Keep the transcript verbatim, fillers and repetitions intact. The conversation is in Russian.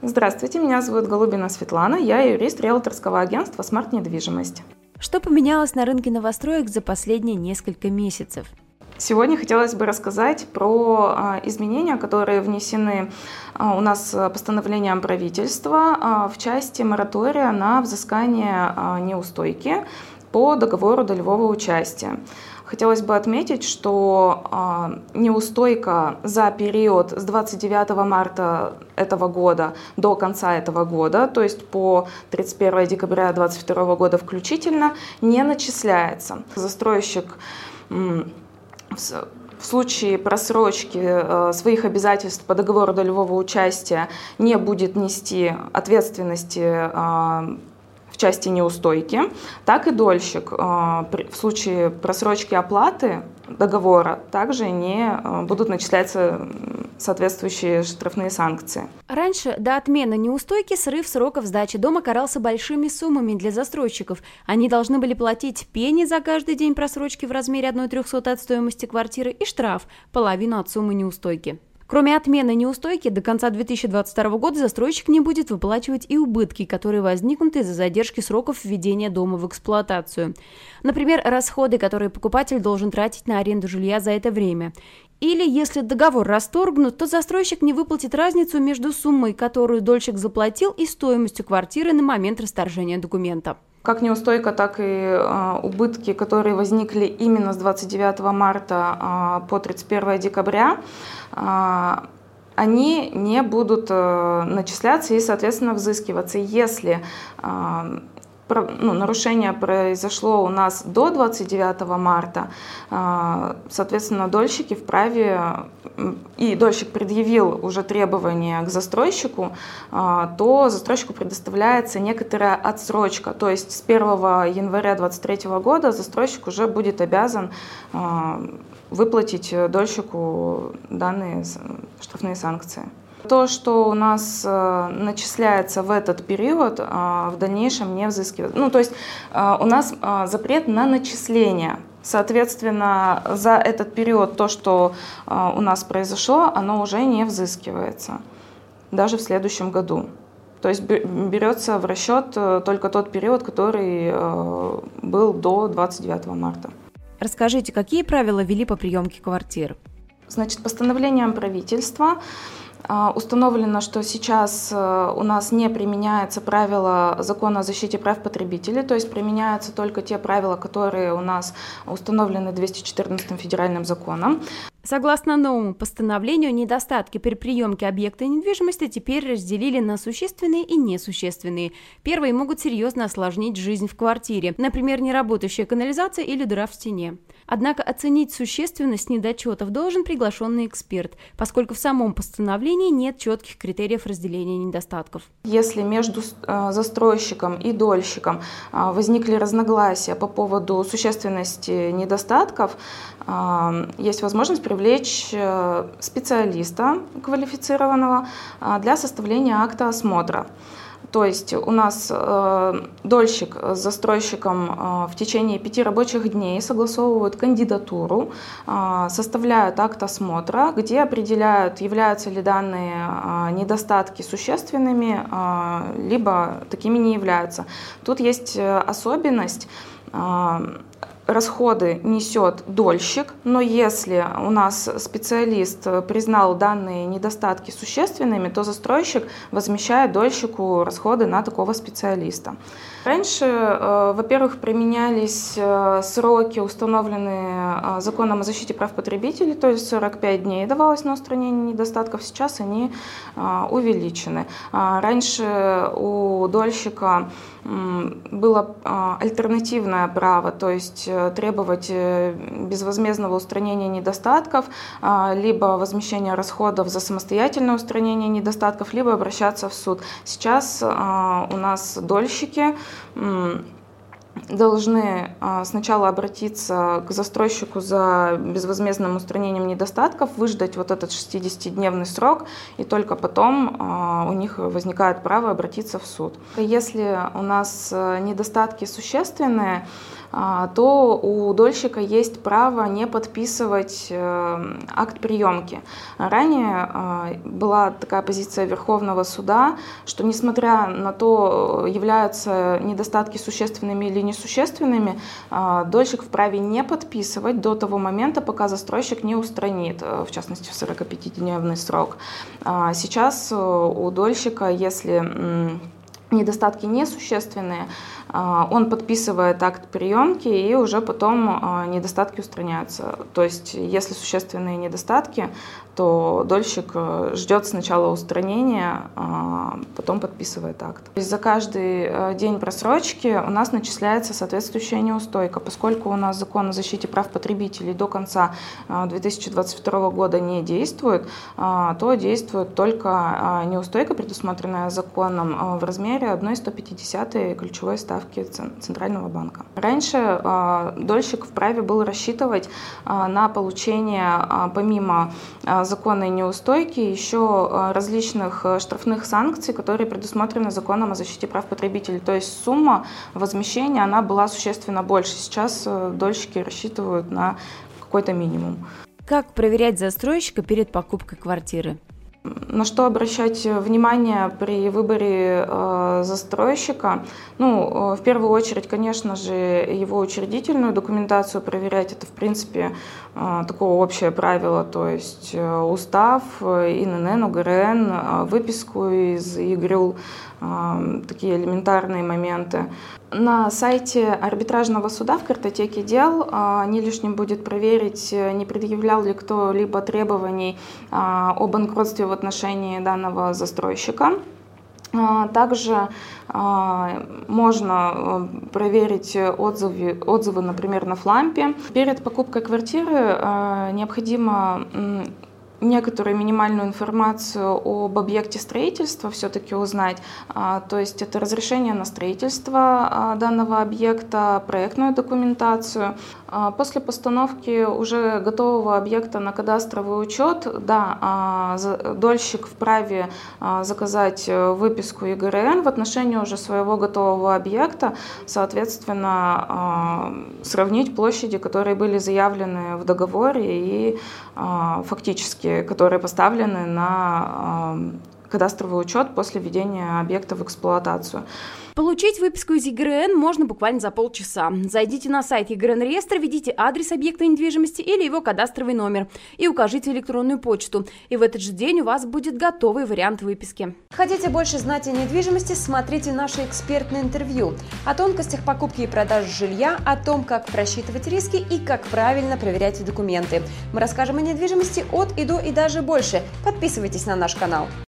Здравствуйте, меня зовут Голубина Светлана, я юрист риэлторского агентства «Смарт Недвижимость». Что поменялось на рынке новостроек за последние несколько месяцев? Сегодня хотелось бы рассказать про изменения, которые внесены у нас постановлением правительства в части моратория на взыскание неустойки по договору долевого участия. Хотелось бы отметить, что неустойка за период с двадцать девятого марта этого года до конца этого года, то есть по тридцать первое декабря две тысячи двадцать второго года включительно, не начисляется. Застройщик в случае просрочки своих обязательств по договору долевого участия не будет нести ответственности в части неустойки, так и дольщик в случае просрочки оплаты договора также не будут начисляться соответствующие штрафные санкции. Раньше до отмены неустойки срыв сроков сдачи дома карался большими суммами для застройщиков. Они должны были платить пени за каждый день просрочки в размере одной трехсотой от стоимости квартиры и штраф – половину от суммы неустойки. Кроме отмены неустойки, до конца две тысячи двадцать второго года застройщик не будет выплачивать и убытки, которые возникнут из-за задержки сроков введения дома в эксплуатацию. Например, расходы, которые покупатель должен тратить на аренду жилья за это время. Или, если договор расторгнут, то застройщик не выплатит разницу между суммой, которую дольщик заплатил, и стоимостью квартиры на момент расторжения документа. Как неустойка, так и э, убытки, которые возникли именно с двадцать девятого марта э, по тридцать первое декабря, э, они не будут э, начисляться и, соответственно, взыскиваться. Если э, про, ну, нарушение произошло у нас до двадцать девятого марта, э, соответственно, дольщики вправе, и дольщик предъявил уже требования к застройщику, то застройщику предоставляется некоторая отсрочка. То есть с первого января две тысячи двадцать третьего года застройщик уже будет обязан выплатить дольщику данные штрафные санкции. То, что у нас начисляется в этот период, в дальнейшем не взыскивается. Ну, то есть у нас запрет на начисление. Соответственно, за этот период то, что у нас произошло, оно уже не взыскивается, даже в следующем году. То есть берется в расчет только тот период, который был до двадцать девятого марта. Расскажите, какие правила ввели по приемке квартир? Значит, постановлением правительства установлено, что сейчас у нас не применяется правило закона о защите прав потребителей, то есть применяются только те правила, которые у нас установлены двумястом четырнадцатым федеральным законом. Согласно новому постановлению, недостатки при приемке объекта недвижимости теперь разделили на существенные и несущественные. Первые могут серьезно осложнить жизнь в квартире, например, неработающая канализация или дыра в стене. Однако оценить существенность недочетов должен приглашенный эксперт, поскольку в самом постановлении нет четких критериев разделения недостатков. Если между застройщиком и дольщиком возникли разногласия по поводу существенности недостатков, есть возможность привлечь специалиста квалифицированного для составления акта осмотра. То есть у нас э, дольщик с застройщиком э, в течение пяти рабочих дней согласовывают кандидатуру, э, составляют акт осмотра, где определяют, являются ли данные э, недостатки существенными, э, либо такими не являются. Тут есть особенность. Э, Расходы несет дольщик, но если у нас специалист признал данные недостатки существенными, то застройщик возмещает дольщику расходы на такого специалиста. Раньше, во-первых, применялись сроки, установленные законом о защите прав потребителей, то есть сорок пять дней давалось на устранение недостатков, сейчас они увеличены. Раньше у дольщика было альтернативное право, то есть требовать безвозмездного устранения недостатков, либо возмещения расходов за самостоятельное устранение недостатков, либо обращаться в суд. Сейчас у нас дольщики должны сначала обратиться к застройщику за безвозмездным устранением недостатков, выждать вот этот шестидесятидневный срок, и только потом у них возникает право обратиться в суд. Если у нас недостатки существенные, то у дольщика есть право не подписывать акт приемки. Ранее была такая позиция Верховного суда, что несмотря на то, являются недостатки существенными или несущественными, дольщик вправе не подписывать до того момента, пока застройщик не устранит, в частности в сорокапятидневный срок. Сейчас у дольщика, если недостатки несущественные, он подписывает акт приемки, и уже потом недостатки устраняются. То есть, если существенные недостатки, то дольщик ждет сначала устранения, потом подписывает акт. То есть за каждый день просрочки у нас начисляется соответствующая неустойка. Поскольку у нас закон о защите прав потребителей до конца две тысячи двадцать второго года не действует, то действует только неустойка, предусмотренная законом, в размере одна целая сто пятьдесят сотых ключевой ставки Центрального банка. Раньше дольщик вправе был рассчитывать на получение, помимо законной неустойки, еще различных штрафных санкций, которые предусмотрены законом о защите прав потребителей. То есть сумма возмещения, она была существенно больше. Сейчас дольщики рассчитывают на какой-то минимум. Как проверять застройщика перед покупкой квартиры? На что обращать внимание при выборе э, застройщика? Ну, в первую очередь, конечно же, его учредительную документацию проверять. Это, в принципе, э, такое общее правило, то есть э, устав, ИНН, УГРН, э, выписку из ЕГРЮЛ, э, такие элементарные моменты. На сайте арбитражного суда в картотеке дел э, не лишним будет проверить, не предъявлял ли кто-либо требований э, о банкротстве в отношении данного застройщика. Также можно проверить отзывы, отзывы, например, на Флампе. Перед покупкой квартиры необходимо некоторую минимальную информацию об объекте строительства все-таки узнать. То есть это разрешение на строительство данного объекта, проектную документацию. После постановки уже готового объекта на кадастровый учет, да, дольщик вправе заказать выписку ЕГРН в отношении уже своего готового объекта, соответственно, сравнить площади, которые были заявлены в договоре, и фактически которые поставлены на кадастровый учет после введения объекта в эксплуатацию. Получить выписку из ЕГРН можно буквально за полчаса. Зайдите на сайт ЕГРН-реестра, введите адрес объекта недвижимости или его кадастровый номер и укажите электронную почту. И в этот же день у вас будет готовый вариант выписки. Хотите больше знать о недвижимости? Смотрите наше экспертное интервью о тонкостях покупки и продажи жилья, о том, как просчитывать риски и как правильно проверять документы. Мы расскажем о недвижимости от и до и даже больше. Подписывайтесь на наш канал.